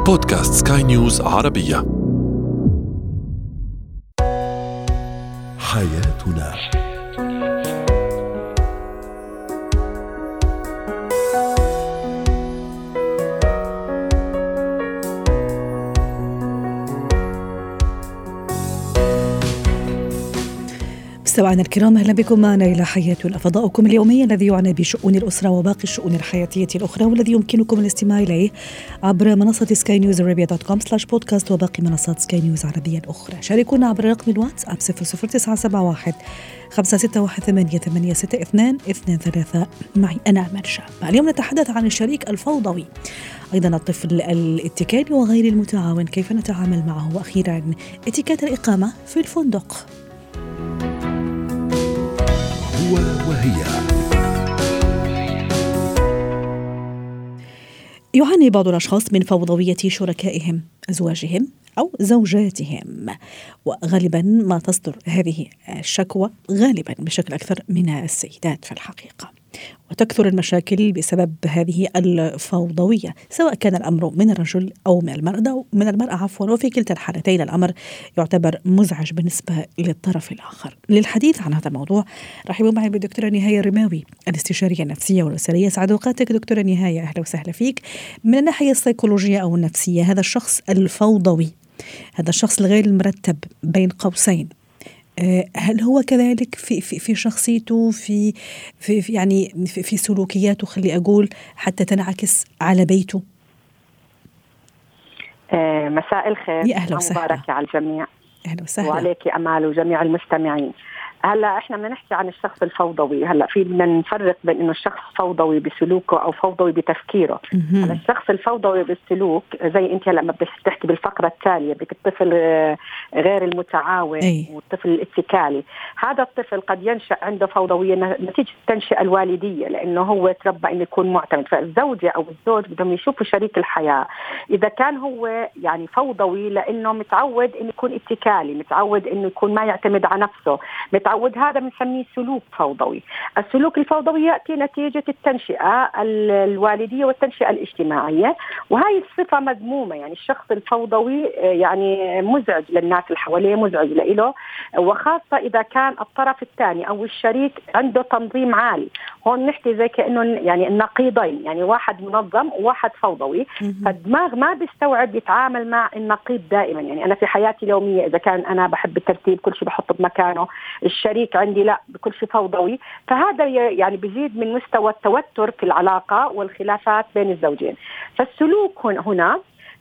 بودكاست سكاي نيوز عربية. حياتنا. مستمعينا الكرام، أهلا بكم معنا إلى حياتنا، فضاؤكم اليومي الذي يعنى بشؤون الأسرة وباقي الشؤون الحياتية الأخرى، والذي يمكنكم الاستماع إليه عبر منصة skynewsarabia.com/podcast وباقي منصات سكاي نيوز عربية الأخرى. شاركونا عبر رقم الواتساب 00971 561-886-223. معي أنا أمل شاب. اليوم نتحدث عن الشريك الفوضوي، أيضا الطفل الاتكالي وغير المتعاون، كيف نتعامل معه، وأخيرا اتيكيت الإقامة في الفندق. وهي يعاني بعض الأشخاص من فوضوية شركائهم، أزواجهم أو زوجاتهم، وغالبا ما تصدر هذه الشكوى غالبا بشكل أكثر من السيدات في الحقيقة، وتكثر المشاكل بسبب هذه الفوضوية، سواء كان الأمر من الرجل أو من المرأة وفي كلتا الحالتين الأمر يعتبر مزعج بالنسبة للطرف الآخر. للحديث عن هذا الموضوع رحبوا معي بالدكتورة نهاية الرماوي، الاستشارية النفسية والأسرية. سعد أوقاتك دكتورة نهاية، أهلا وسهلا فيك. من الناحية السيكولوجية أو النفسية، هذا الشخص الفوضوي، هذا الشخص الغير المرتب بين قوسين، هل هو كذلك في شخصيته، في سلوكياته، خلي أقول، حتى تنعكس على بيته؟ مساء الخير، يا أهلا وسهلا. مبارك على الجميع. أهلا وسهلا. وعليك أمال وجميع المستمعين. هلا احنا بدنا نحكي عن الشخص الفوضوي. هلا بدنا نفرق بين انه الشخص فوضوي بسلوكه او فوضوي بتفكيره. هلا الشخص الفوضوي بالسلوك، زي انت لما بتحكي بالفقره التاليه بالطفل غير المتعاون والطفل الاتكالي، هذا الطفل قد ينشأ عنده فوضويه نتيجه التنشئه الوالديه، لانه هو تربى انه يكون معتمد. فالزوجه او الزوج بدهم يشوفوا شريك الحياه اذا كان هو يعني فوضوي لانه متعود انه يكون اتكالي، متعود انه يكون ما يعتمد على نفسه، متعود، هذا بنسميه سلوك فوضوي. السلوك الفوضوي يأتي نتيجة التنشئة الوالدية والتنشئة الاجتماعية، وهي الصفة مذمومة. يعني الشخص الفوضوي يعني مزعج للناس اللي حواليه، مزعج له، وخاصة إذا كان الطرف الثاني أو الشريك عنده تنظيم عالي. هون نحكي زي كأنه يعني النقيضين، يعني واحد منظم وواحد فوضوي، فالدماغ ما بيستوعب يتعامل مع النقيض دائما. يعني أنا في حياتي اليومية إذا كان أنا بحب الترتيب، كل شيء بحطه بمكانه، الشريك عندي لا، بكل شيء فوضوي، فهذا يعني بيزيد من مستوى التوتر في العلاقة والخلافات بين الزوجين. فالسلوك هنا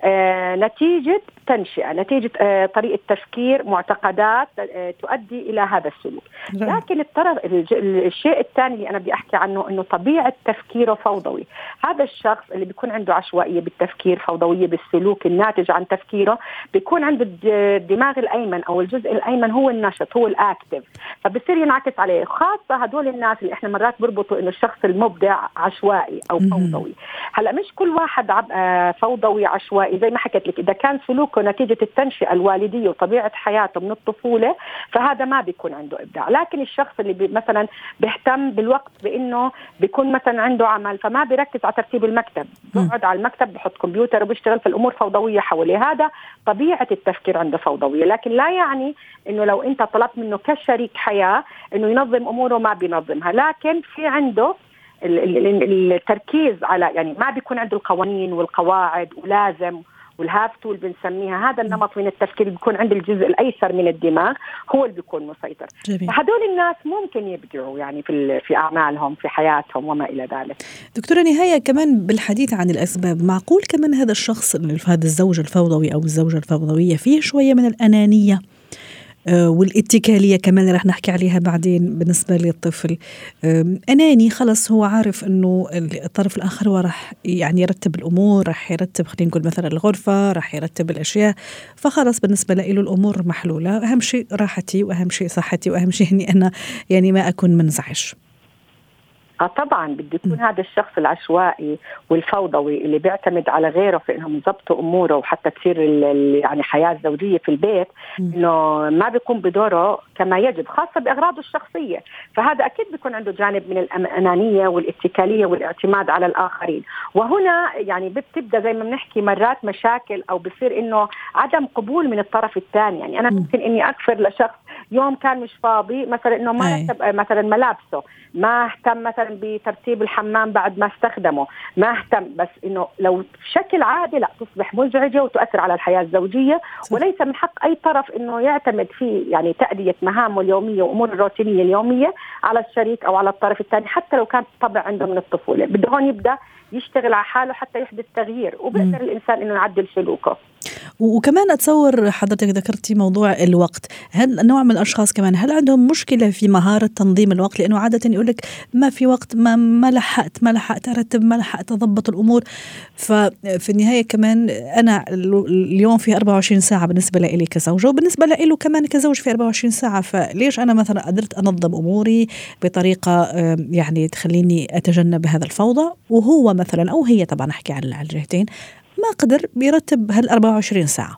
نتيجة تنشئة، نتيجة طريقة تفكير، معتقدات تؤدي إلى هذا السلوك. لكن الشيء الثاني اللي أنا بدي أحكي عنه إنه طبيعة تفكيره فوضوي. هذا الشخص اللي بيكون عنده عشوائية بالتفكير، فوضوية بالسلوك الناتج عن تفكيره، بيكون عنده الدماغ الأيمن أو الجزء الأيمن هو النشط، هو الأكتف، فبصير ينعكس عليه. خاصة هدول الناس اللي إحنا مرات بربطوا إنه الشخص المبدع عشوائي أو فوضوي. هلأ مش كل واحد فوضوي عشوائي، زي ما حكيت لك، إذا كان سلوكه نتيجة التنشئة الوالدية وطبيعة حياته من الطفولة، فهذا ما بيكون عنده إبداع. لكن الشخص اللي مثلا بيهتم بالوقت، بأنه بيكون مثلا عنده عمل فما بيركز على ترتيب المكتب، بيقعد على المكتب بحط كمبيوتر وبيشتغل، في الأمور فوضوية حواليه، هذا طبيعة التفكير عنده فوضوية. لكن لا يعني إنه لو أنت طلبت منه كشريك حياة إنه ينظم أموره ما بينظمها، لكن في عنده التركيز على، يعني ما بيكون عنده القوانين والقواعد ولازم والهاف تول بنسميها. هذا النمط من التفكير بيكون عند الجزء الأيسر من الدماغ هو اللي بيكون مسيطر. هدول الناس ممكن يبدعوا يعني في أعمالهم، في حياتهم وما إلى ذلك. دكتورة نهاية، كمان بالحديث عن الأسباب، معقول كمان هذا الشخص، هذا الزوج الفوضوي أو الزوجة الفوضوية، فيه شوية من الأنانية والاتكالية كمان رح نحكي عليها بعدين بالنسبة للطفل. أناني، خلص هو عارف أنه الطرف الآخر هو رح يعني يرتب الأمور، رح يرتب، خلينا نقول مثلا الغرفة، رح يرتب الأشياء، فخلص بالنسبة له الأمور محلولة، أهم شيء راحتي وأهم شيء صحتي وأهم شيء أني أنا يعني ما أكون منزعج. طبعا بده يكون هذا الشخص العشوائي والفوضوي اللي بيعتمد على غيره في انهم يضبطوا اموره وحتى تصير يعني حياه زوجيه في البيت، انه ما بيقوم بدوره كما يجب خاصه باغراضه الشخصيه. فهذا اكيد بيكون عنده جانب من الانانيه والاتكاليه والاعتماد على الاخرين. وهنا يعني بتبدا زي ما بنحكي مرات مشاكل، او بصير انه عدم قبول من الطرف الثاني. يعني انا ممكن اني اكفر لشخص يوم كان مش فاضي مثلا، انه ما رتب مثلا ملابسه، ما اهتم مثلا بترتيب الحمام بعد ما استخدمه، ما اهتم، بس انه لو بشكل عادي لا تصبح مزعجه وتؤثر على الحياه الزوجيه. وليس من حق اي طرف انه يعتمد في يعني تأدية مهامه اليوميه وامور الروتينيه اليوميه على الشريك او على الطرف الثاني، حتى لو كان طبع عنده من الطفوله. بده هون يبدا يشتغل على حاله حتى يحدث تغيير، وبقدر الانسان انه يعدل سلوكه. وكمان أتصور حضرتك ذكرتي موضوع الوقت، هل نوع من الأشخاص كمان هل عندهم مشكلة في مهارة تنظيم الوقت؟ لأنه عادة يقولك ما في وقت، ما لحقت أرتب، ما لحقت أضبط الأمور. ففي النهاية كمان أنا اليوم في 24 ساعة بالنسبة لي كزوجة، وبالنسبة له كمان كزوج في 24 ساعة. فليش أنا مثلا قدرت أنظم أموري بطريقة يعني تخليني أتجنب هذا الفوضى، وهو مثلا أو هي، طبعا أحكي على الجهتين، ما قدر بيرتب هال 24 ساعة.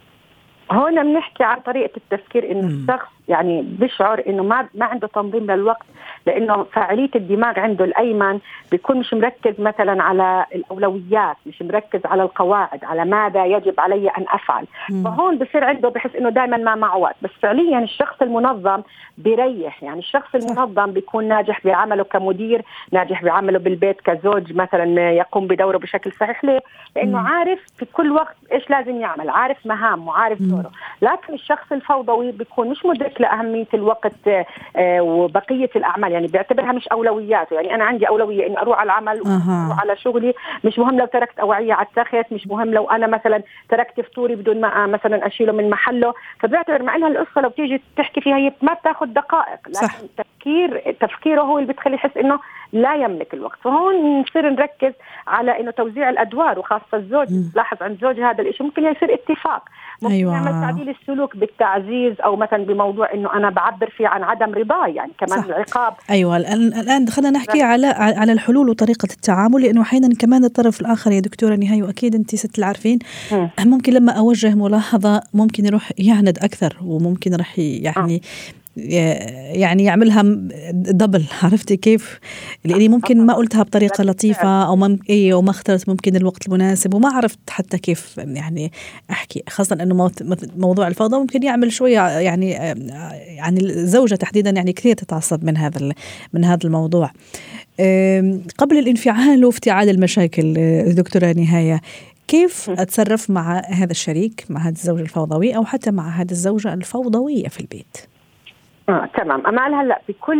هنا بنحكي عن طريقة التفكير، إنه الشخص يعني بيشعر إنه ما عنده تنظيم للوقت، لأنه فاعلية الدماغ عنده الأيمن بيكون مش مركز مثلا على الأولويات، مش مركز على القواعد، على ماذا يجب علي أن أفعل. فهون بصير عنده بحس إنه دائما ما معه وقت. بس فعليا الشخص المنظم بيريح، يعني الشخص المنظم بيكون ناجح بعمله كمدير، ناجح بعمله بالبيت كزوج مثلا، يقوم بدوره بشكل صحيح. ليه؟ لأنه عارف في كل وقت إيش لازم يعمل، عارف مهام وعارف دوره. لكن الشخص الفوضوي بيكون مش مدرك لأهمية الوقت وبقية الأعمال، يعني بيعتبرها مش أولوياته. يعني أنا عندي أولوية إني أروح على العمل وأروح على شغلي، مش مهم لو تركت أوعية على التخت، مش مهم لو أنا مثلا تركت فطوري بدون ما مثلا أشيله من محله. فبيعتبر مع إنها القصة لو تيجي تحكي فيها هي ما بتاخد دقائق، لكن تفكيره هو اللي بتخلي يحس إنه لا يملك الوقت. فهون نصير نركز على إنه توزيع الأدوار، وخاصة الزوج لاحظ عند زوجي هذا الإشي ممكن يصير اتفاق، ممكن يعمل تعديل السلوك بالتعزيز، أو مثلا بموضوع إنه أنا بعبر فيه عن عدم رضاه، يعني كمان العقاب. أيوة، الآن خلينا نحكي على الحلول وطريقة التعامل، لأنه أحيانا كمان الطرف الآخر يا دكتورة نهاية، وأكيد أنت ست العارفين، ممكن لما أوجه ملاحظة ممكن يروح يعند أكثر، وممكن راح يعني يعملها دبل. عرفتي كيف؟ لأني ممكن ما قلتها بطريقة لطيفة، أو وما اخترت ممكن الوقت المناسب، وما عرفت حتى كيف يعني أحكي، خاصة أنه موضوع الفوضى ممكن يعمل شوية يعني الزوجة تحديدا يعني كثير تتعصب من هذا الموضوع. قبل الانفعال وافتعال المشاكل دكتورة نهاية، كيف أتصرف مع هذا الشريك، مع هذا الزوج الفوضوي، أو حتى مع هذه الزوجة الفوضوية في البيت؟ تمام. أمال هلأ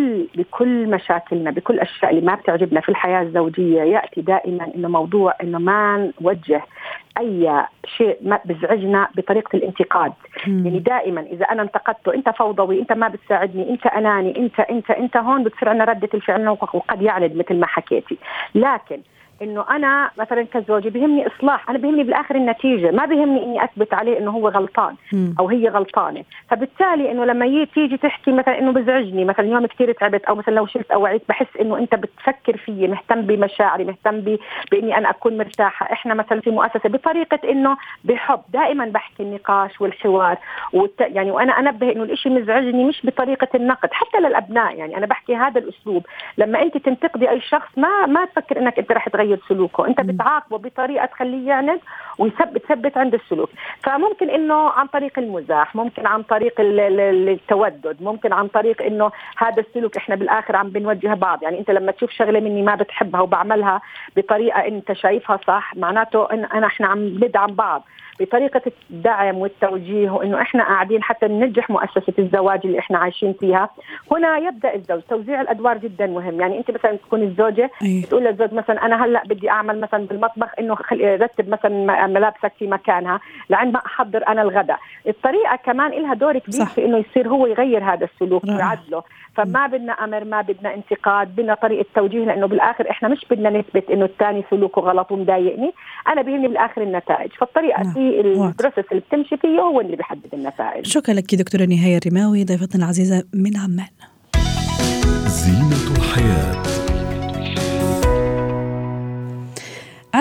بكل مشاكلنا، بكل أشياء اللي ما بتعجبنا في الحياة الزوجية، يأتي دائما إنه موضوع إنه ما نوجه أي شيء ما بزعجنا بطريقة الانتقاد. يعني دائما إذا أنا انتقدته، أنت فوضوي، أنت ما بتساعدني، أنت أناني، أنت هون بتصير عنا ردة الفعل، وقد يعند مثل ما حكيتي. لكن إنه أنا مثلا كزوجي بيهمني إصلاح، أنا بيهمني بالآخر النتيجة، ما بيهمني إني أثبت عليه إنه هو غلطان أو هي غلطانة. فبالتالي إنه لما تيجي تحكي مثلا إنه بزعجني مثلا يوم كتير تعبت، أو مثلا لو شلت أو وعيت، بحس إنه أنت بتفكر فيي، مهتم بمشاعري، مهتم بإني أنا أكون مرتاحة. إحنا مثلا في مؤسسة بطريقة إنه بحب دائما بحكي النقاش والحوار، يعني وأنا أنبه إنه الإشي مزعجني مش بطريقة النقد حتى للأبناء. يعني أنا بحكي هذا الأسلوب، لما أنت تنتقدي أي شخص ما تفكر إنك أنت رح تغير سلوكه، انت بتعاقبه بطريقه تخليه يعند ويثبت عند السلوك. فممكن انه عن طريق المزاح، ممكن عن طريق التودد، ممكن عن طريق انه هذا السلوك احنا بالاخر عم بنوجه بعض. يعني انت لما تشوف شغله مني ما بتحبها وبعملها بطريقه انت شايفها صح، معناته احنا عم ندعم بعض بطريقة الدعم والتوجيه، وإنه إحنا قاعدين حتى ننجح مؤسسة الزواج اللي إحنا عايشين فيها. هنا يبدأ الزوج. توزيع الأدوار جدا مهم. يعني أنت مثلا تكون الزوجة تقول للزوج مثلا أنا هلأ بدي أعمل مثلا بالمطبخ إنه رتب مثلا ملابسك في مكانها لعند ما أحضر أنا الغداء. الطريقة كمان إلها دور كبير في إنه يصير هو يغير هذا السلوك ويعدله. فما بدنا أمر، ما بدنا انتقاد، بدنا طريقة توجيه، لأنه بالآخر إحنا مش بدنا نثبت إنه الثاني سلوكه غلط ومضايقني، أنا بيهمني بالآخر النتائج. فالطريقة في البروسيس اللي بتمشي فيه هو اللي بيحدد النتائج. شكرا لك دكتورة نهاية الرماوي ضيفتنا العزيزة من عمان. زينة الحياة.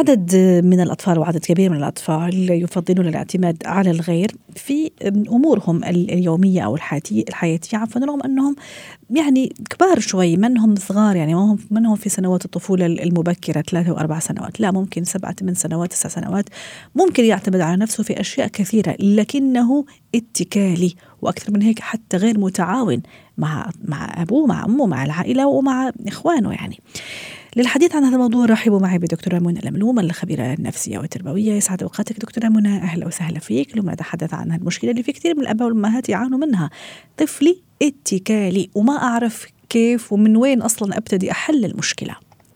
عدد من الأطفال وعدد كبير من الأطفال يفضلون الاعتماد على الغير في أمورهم اليومية أو الحياتية، عفوا، رغم أنهم يعني كبار شوي، منهم صغار، يعني منهم في سنوات الطفولة المبكرة 3 و4 سنوات، لا، ممكن 7 8 سنوات 9 سنوات، ممكن يعتمد على نفسه في أشياء كثيرة، لكنه اتكالي، وأكثر من هيك حتى غير متعاون مع أبوه، مع أمه، مع العائلة ومع إخوانه. يعني للحديث عن هذا الموضوع رحبوا معي بدكتورة منى الأملوم، الخبيرة النفسية والتربوية. يسعد أوقاتك دكتورة منى، أهلا وسهلا فيك. اليوم نتحدث عن المشكلة اللي في كثير من الآباء والأمهات يعانوا منها، طفلي اتكالي وما أعرف كيف ومن وين أصلا أبتدي أحل المشكلة.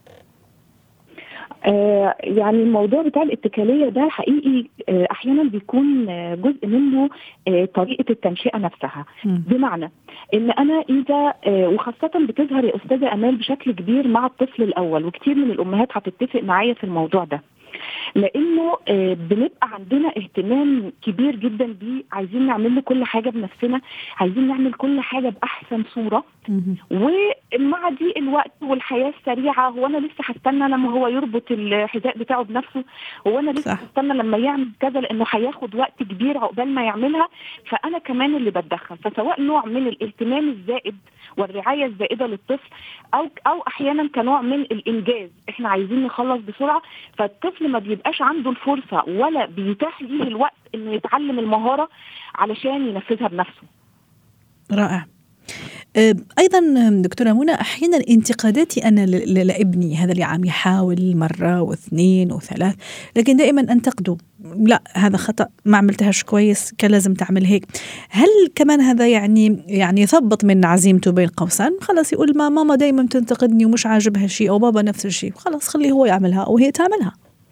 يعني الموضوع بتاع الاتكالية ده حقيقي أحيانا بيكون جزء منه طريقة التنشئة نفسها. بمعنى إن أنا إذا وخاصة بتظهر يا أستاذة أمال بشكل كبير مع الطفل الأول، وكتير من الأمهات هتتفق معايا في الموضوع ده، لأنه بنبقى عندنا اهتمام كبير جدا بيه، عايزين نعمل له كل حاجة بنفسنا، عايزين نعمل كل حاجة بأحسن صورة، ومع ضيق الوقت والحياة السريعة، هو أنا لسه هستنى لما هو يربط الحذاء بتاعه بنفسه، هو أنا لسه هستنى لما يعمل كذا لأنه هياخد وقت كبير عقبال ما يعملها، فأنا كمان اللي بتدخل. فسواء نوع من الاهتمام الزائد والرعاية الزائدة للطفل أو أحيانا كنوع من الإنجاز، إحنا عايزين نخلص بسرعة، فالطفل ما بيبقاش عنده الفرصة ولا بيتاح ليه الوقت إنه يتعلم المهارة علشان ينفذها بنفسه. رائع. أيضا دكتورة منى، أحيانا انتقاداتي أنا لابني هذا اللي عم يحاول مرة واثنين وثلاث، لكن دائما أنتقده، لا هذا خطأ، ما عملتهاش كويس، كان لازم تعمل هيك. هل كمان هذا يعني يثبط من عزيمته بين قوسين، خلاص يقول ما ماما دائما تنتقدني ومش عاجبها شيء، أو بابا نفس الشيء، خلاص خليه هو يعملها أو هي تعملها.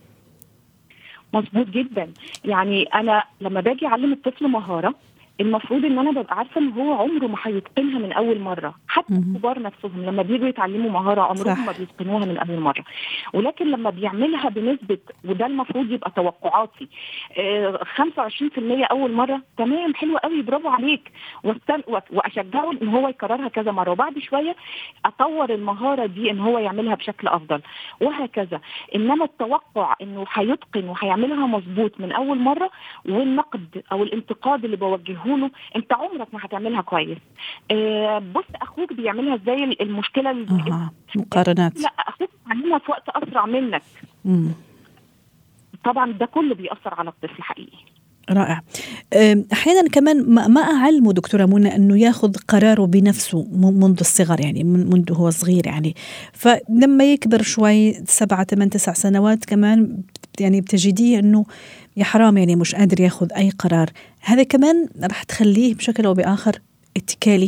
مظبوط جدا. يعني أنا لما باجي أعلم الطفل مهارة، المفروض ان انا ببقى عارفه ان هو عمره ما هيتقنها من اول مره. حتى الكبار نفسهم لما بييجوا يتعلموا مهاره عمرهم ما بيتقنوها من اول مره، ولكن لما بيعملها بنسبه، وده المفروض يبقى توقعاتي، 25% اول مره، تمام، حلو قوي، برافو عليك، واشجعه ان هو يكررها كذا مره، وبعد شويه اطور المهاره دي ان هو يعملها بشكل افضل، وهكذا. انما التوقع انه هيتقن وهيعملها مظبوط من اول مره، والنقد او الانتقاد اللي بوجهه له، انت عمرك ما هتعملها كويس، بص اخوك بيعملها ازاي، المشكله مقارنات، لا اخوك عاملها في وقت اسرع منك. طبعا ده كله بيأثر على الطفل حقيقي. رائع. أحيانا كمان ما أعلمه دكتورة منى أنه ياخذ قراره بنفسه منذ الصغر، يعني منذ هو صغير، يعني فلما يكبر شوي 7 8 9 سنوات كمان يعني بتجديه أنه يا حرام يعني مش قادر ياخذ أي قرار. هذا كمان رح تخليه بشكل أو بآخر اتكالي.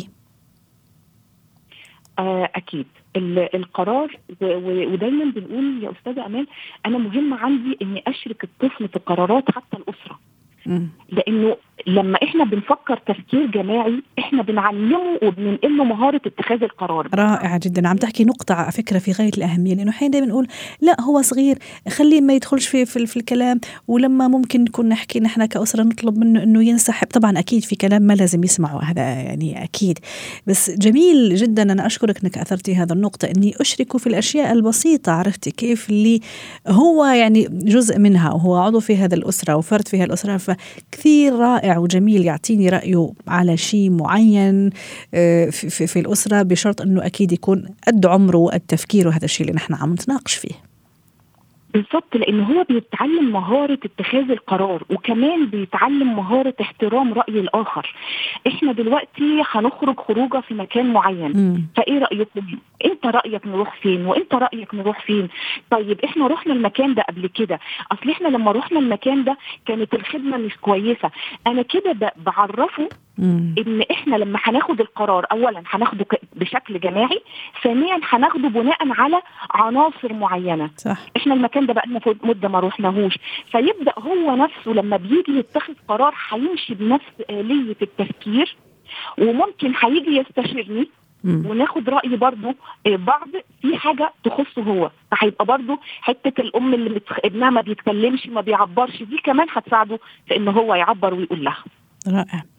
أكيد القرار، ودايما بنقول يا أستاذة أمال، أنا مهم عندي أني أشرك الطفل في قرارات حتى الأسرة، لأنه لما إحنا بنفكر تفكير جماعي إحنا بنعلمه وبننقله مهارة اتخاذ القرار. رائع جدا. عم تحكي نقطة على فكرة في غاية الأهمية، لأنه حين دايما نقول لا هو صغير خليه ما يدخلش في الكلام، ولما ممكن نكون نحكي نحن كأسرة نطلب منه أنه ينسحب. طبعا أكيد في كلام ما لازم يسمعه، هذا يعني أكيد، بس جميل جدا. أنا أشكرك أنك أثرتي هذا النقطة، أني أشركه في الأشياء البسيطة، عرفتي كيف، اللي هو يعني جزء منها وهو عضو في هذا الأسرة وفرد في هذه الأسرة. فكثير رائع وجميل يعطيني رأيه على شيء معين في الأسرة، بشرط أنه أكيد يكون قد عمره وقد تفكيره. هذا الشيء اللي نحن عم نتناقش فيه بالضبط، لأنه هو بيتعلم مهارة اتخاذ القرار، وكمان بيتعلم مهارة احترام رأي الآخر. احنا دلوقتي هنخرج خروجة في مكان معين، فايه رأيكم؟ انت رأيك نروح فين؟ وانت رأيك نروح فين؟ طيب احنا رحنا المكان ده قبل كده، اصل احنا لما رحنا المكان ده كانت الخدمة مش كويسة. انا كده بعرفه ان احنا لما هناخد القرار، اولا هناخده بشكل جماعي، ثانيا هناخده بناء على عناصر معينة. صح. احنا المكان ده بقى لنا مدة ما روحناهوش، فيبدأ هو نفسه لما بيجي يتخذ قرار هيمشي بنفس آلية التفكير، وممكن هيجي يستشيرني وناخد رأي برضو بعض في حاجة تخصه هو، فهيبقى برضو حتة الأم اللي ابنها ما بيتكلمش ما بيعبرش، دي كمان هتساعده في إنه هو يعبر ويقول لها. رائع.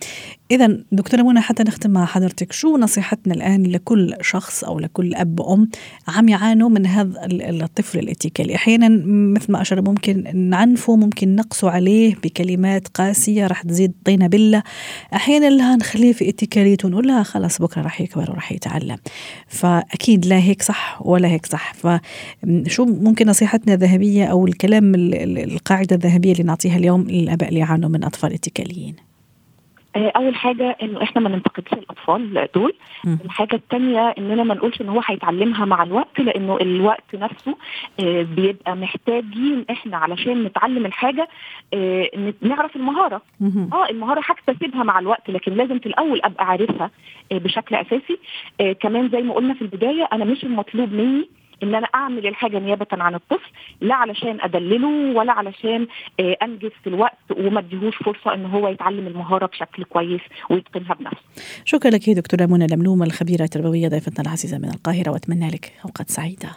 إذن دكتورة منى، حتى نختم مع حضرتك، شو نصيحتنا الآن لكل شخص أو لكل أب وأم عم يعانوا من هذا الطفل الاتكالي؟ أحيانا مثل ما أشار ممكن نعنفه، ممكن نقسو عليه بكلمات قاسية رح تزيد طينة بلة، أحيانا لها نخليه في اتكاليته ونقول لها خلاص بكرة رح يكبر ورح يتعلم. فأكيد لا هيك صح ولا هيك صح. فشو ممكن نصيحتنا الذهبية أو الكلام القاعدة الذهبية اللي نعطيها اليوم للآباء اللي يعانوا من أطفال اتكاليين؟ اول حاجه انه احنا ما ننتقدش الاطفال دول. الحاجه الثانيه اننا ما نقولش ان هو هيتعلمها مع الوقت، لانه الوقت نفسه بيبقى محتاجين احنا علشان نتعلم الحاجه نعرف المهاره. المهاره هكتسبها مع الوقت، لكن لازم في الاول ابقى عارفها بشكل اساسي. كمان زي ما قلنا في البدايه، انا مش المطلوب مني ان انا اعمل الحاجه نيابه عن الطفل، لا علشان ادلله ولا علشان انجز في الوقت وما اديهوش فرصه ان هو يتعلم المهاره بشكل كويس ويتقنها بنفسه. شكرا لك دكتوره منى لملومه، الخبيره التربويه، ضيفتنا العزيزه من القاهره، واتمنى لك اوقات سعيده.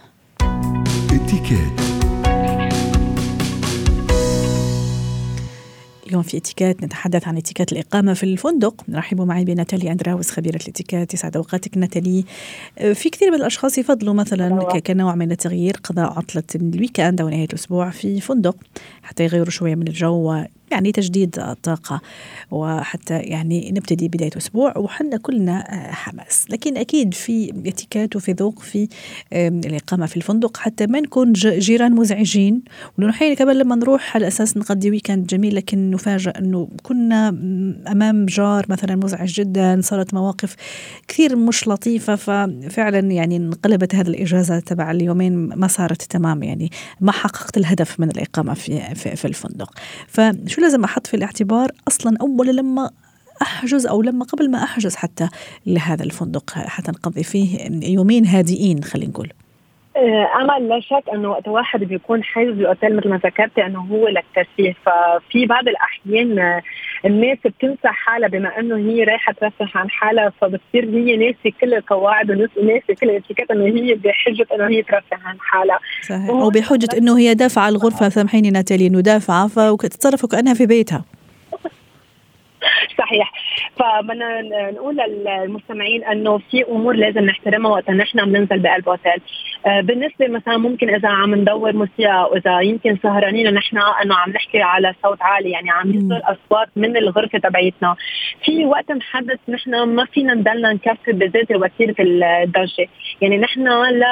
اليوم في اتيكات نتحدث عن اتيكات الإقامة في الفندق. نرحب معي بناتالي أندراوس خبيرة الاتيكات. يسعد أوقاتك ناتالي. في كثير من الأشخاص يفضلوا مثلا كنوع من التغيير قضاء عطلة الويكند أو نهاية الأسبوع في فندق حتى يغيروا شوية من الجو، يعني تجديد الطاقة، وحتى يعني نبتدي بداية أسبوع وحنا كلنا حماس. لكن أكيد في اتيكات وفي ذوق في الإقامة في الفندق حتى ما نكون جيران مزعجين، ونحيل كمان لما نروح على أساس نقضي ويكند جميل لكن نفاجأ أنه كنا أمام جار مثلا مزعج جدا، صارت مواقف كثير مش لطيفة، ففعلا يعني انقلبت هذه الإجازة تبع اليومين ما صارت تمام، يعني ما حققت الهدف من الإقامة في الفندق. فشو لازم أحط في الاعتبار أصلا أولا لما أحجز أو لما قبل ما أحجز حتى لهذا الفندق حتى نقضي فيه يومين هادئين؟ خلينا نقول أمل لا شك أنه وقت واحد بيكون حاجز الأوتيل مثل ما ذكرت أنه هو للترفيه، ففي بعض الأحيان الناس بتنسى حالها بما أنه هي رايحة ترفه عن حالها، فبتصير هي ناسي كل القواعد وناسي كل الاتيكيت أنه هي بحجة أنه هي ترفه عن حالها، صحيح، أو بحجة أنه هي دافعة الغرفة. سامحيني ناتالي، أنه دافعة فتتصرف كأنها في بيتها. صحيح. فبدنا نقول للمستمعين انه في امور لازم نحترمها وقت نحن عم ننزل بقلب اوتيل. بالنسبه مثلا ممكن اذا عم ندور موسيقى واذا يمكن سهرانين ونحن انه عم نحكي على صوت عالي، يعني عم يصدر اصوات من الغرفه تبعيتنا، في وقت محدد نحن ما فينا نضلنا نكفي بذات وتيره الضجه، يعني نحن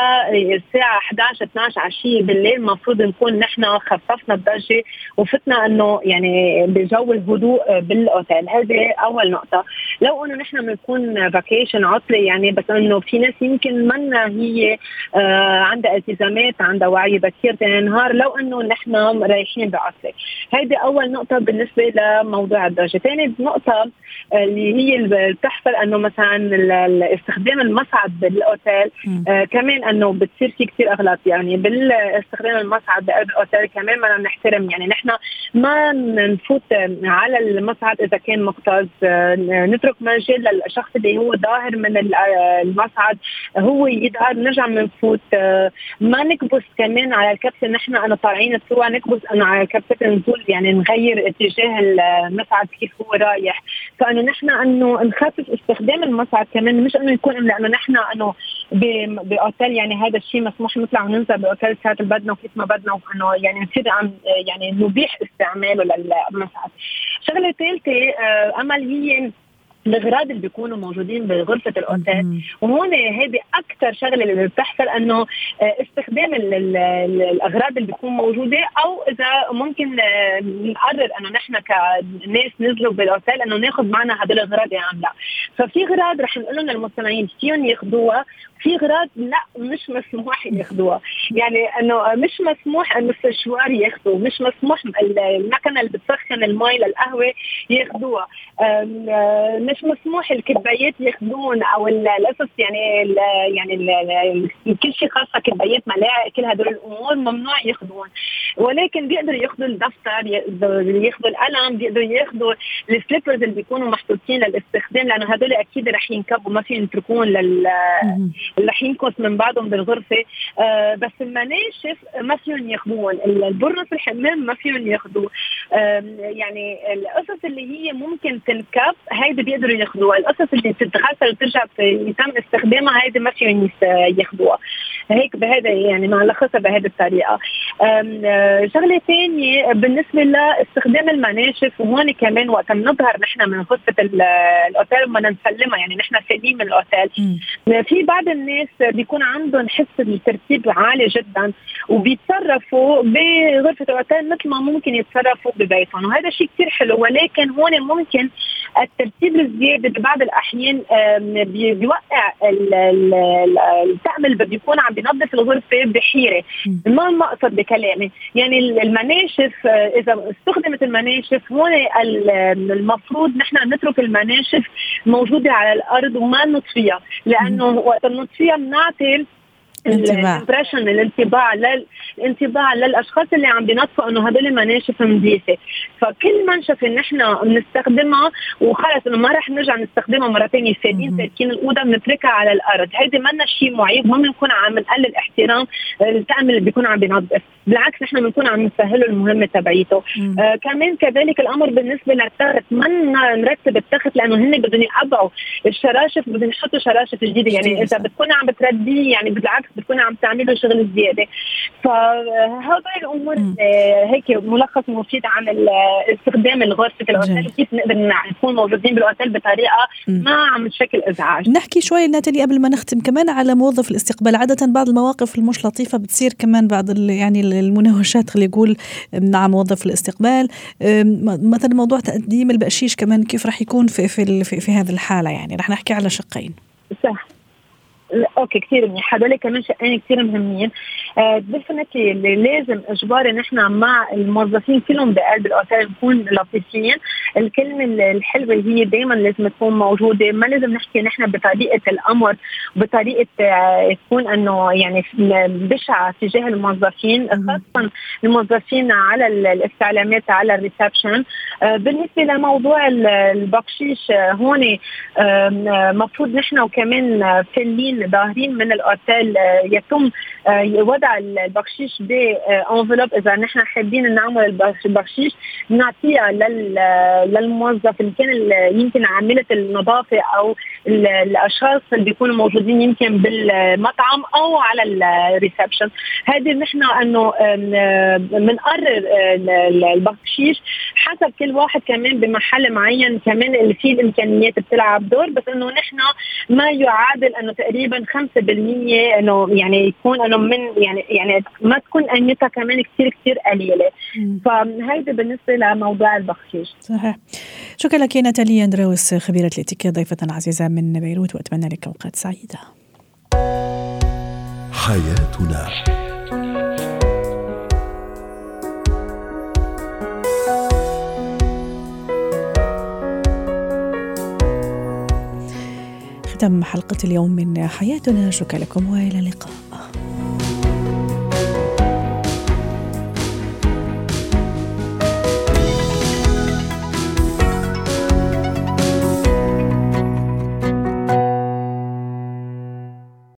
للساعه 11 12 عشيه بالليل المفروض نكون نحن خففنا الضجه وفتنا انه يعني بجو الهدوء بالاوتيل. هذه اول نقطه. لو انه نحن بنكون فاكيشن عطله، يعني بس انه في ناس يمكن منا هي عندها التزامات، عندها وعي بكير ثاني نهار، لو انه نحن رايحين بعطله. هذه اول نقطه بالنسبه لموضوع الضجه. ثاني نقطه اللي هي اللي بتحصل انه مثلا استخدام المصعد بالاوتيل، كمان انه بتصير في كثير اغلاط، يعني بالاستخدام المصعد بالاوتيل كمان ما نحترم، يعني نحن ما نفوت على المصعد اذا كان مكتظ، نترك مجال للشخص اللي هو ظاهر من المصعد هو يظهر، نرجع منفوت، ما نكبس كمان على الكبسه نحن انا طالعين السوا نكبس انه على الكبسه نزول، يعني نغير اتجاه المصعد كيف هو رايح. فانه نحن انه نخفف استخدام المصعد كمان، مش انه يكون لانه نحن انه باوتيل يعني هذا الشيء مسموح نطلع وننزل باوتيل ساعه بدنا وكيف ما بدنا، وانه يعني نصير عم يعني نبيح استعماله للمصعد. شغله ثالثه امل هي الأغراض اللي بيكونوا موجودين بغرفة الأوتيل، وهون هذه أكثر شغلة اللي بتحصل، أنه استخدام الأغراض اللي بيكون موجودة، أو إذا ممكن نقرر أنه نحن كناس نزلوا بالأوتيل أنه ناخد معنا هذه الأغراض يعني لا. ففي أغراض رح نقول لهم للمستمعين فيهم ياخدوها، في أغراض لا مش مسموح ياخدوها، يعني أنه مش مسموح أنه السشوار ياخدوه، مش مسموح المكنة اللي بتسخن الماء للقهوة ياخدوها، مش مسموح الكبايات ياخدون او القصص، يعني كل شيء خاصه كبايات ملاعق كل هدول الامور ممنوع ياخدون، ولكن بيقدروا ياخذوا الدفتر، ياخذوا القلم، بيقدروا ياخذوا السليبرز اللي بيكونوا محطوطين للاستخدام، لانه هدول اكيد رح ينكبوا ما في يتركون رح ينكس من بعضهم بالغرفه. بس المناشف ما فيهم ياخذون، البرص الحمام ما فيهم ياخذوه، يعني القصص اللي هي ممكن تنكب هيدي بيقدروا ياخذوها، القصص اللي تتغسل وترجع يتم استخدامها هيدي ما فيهم ياخذوها. هيك بهذا يعني نلخصها بهذه الطريقه. شغله ثانيه بالنسبه لاستخدام المناشف، وهون كمان وقت بنظهر نحن من غرفه الاوتيل وما نسلمها، يعني نحن سليم من الاوتيل، في بعض الناس بيكون عندهم حس الترتيب عالي جدا وبيتصرفوا بغرفه الاوتيل مثل ما ممكن يتصرفوا ببيتهم، وهذا شيء كثير حلو. ولكن هون ممكن الترتيب الزياده ببعض الاحيان بيوقع الطقم اللي بده يكون عم بينظف الغرفه بحيره. ما المقصد بكلامي؟ يعني المناشف اذا استخدمت المناشف هون المفروض نحن نترك المناشف موجوده على الارض وما نطفيها، لانه وقت نطفيها بنعطي الانطباع للاشخاص اللي عم بينظفوا انه هدول المناشف نظيفه. فكل منشفه نحن بنستخدمها وخلص انه ما رح نرجع نستخدمها مره ثانيه، سادين تركين الاوضه بنتركها على الارض، هيدي منا شيء معيب، ما بنكون عم نقلل احترام الطقم اللي بيكون عم بينظف، بالعكس نحن بنكون عم نسهل المهمه تبعيته. كمان كذلك الامر بالنسبه للتخت، ما نرتب التخت لانه هن بدهم يقطعوا الشراشف، بدهم يحطوا شراشف جديده، يعني اذا بتكون عم بترديه يعني بالعكس بتكون عم تعملوا شغل زياده. فهذول الامور هيك ملخص مفيد عن استخدام الغرفه الاوتيل، كيف نقدر نكون موجودين بالاوتيل بطريقه ما عم تشكل ازعاج. نحكي شوي ناتالي قبل ما نختم كمان على موظف الاستقبال. عاده بعض المواقف المش لطيفه بتصير كمان، بعض يعني المناوشات خلي يقول مع موظف الاستقبال، مثلا موضوع تقديم البقشيش كمان كيف راح يكون في هذه الحاله؟ يعني راح نحكي على شقين. صح، اوكي كثير منيح، هذول كمان شقين كثير مهمين. ديفنتلي اللي لازم اجباري نحن مع الموظفين كلهم بقلب الاوتيل نكون لطيفين. الكلمه الحلوه هي دائما لازم تكون موجوده، ما لازم نحكي نحن بطريقه الامر وبطريقه تكون انه يعني بشعه تجاه الموظفين، خاصه الموظفين على الاستعلامات على الريسبشن. بالنسبه لموضوع البقشيش، هون مفروض نحن وكمان فلين ظاهرين من الاوتيل يتم وضع البقشيش بانفلوب. اذا نحن حابين نعمل البقشيش نعطيها للموظف اللي كان يمكن عامله النظافه او الاشخاص اللي بيكونوا موجودين يمكن بالمطعم او على الريسبشن. هذه نحن انه بنقرر البقشيش حسب كل واحد كمان بمحل معين، كمان اللي فيه الامكانيات بتلعب دور، بس انه نحن ما يعادل انه تقريبا 5% انه يعني يكون انه من يعني ما تكون قيمتها كمان كثير قليله. فهيدا بالنسبه لموضوع البقشيش. صحيح. شكرا لك ناتالي أندراوس، خبيره الاتيكيت، ضيفه عزيزه من بيروت، واتمنى لك اوقات سعيده. حياتنا. ختم حلقة اليوم من حياتنا، شكرا لكم وإلى اللقاء.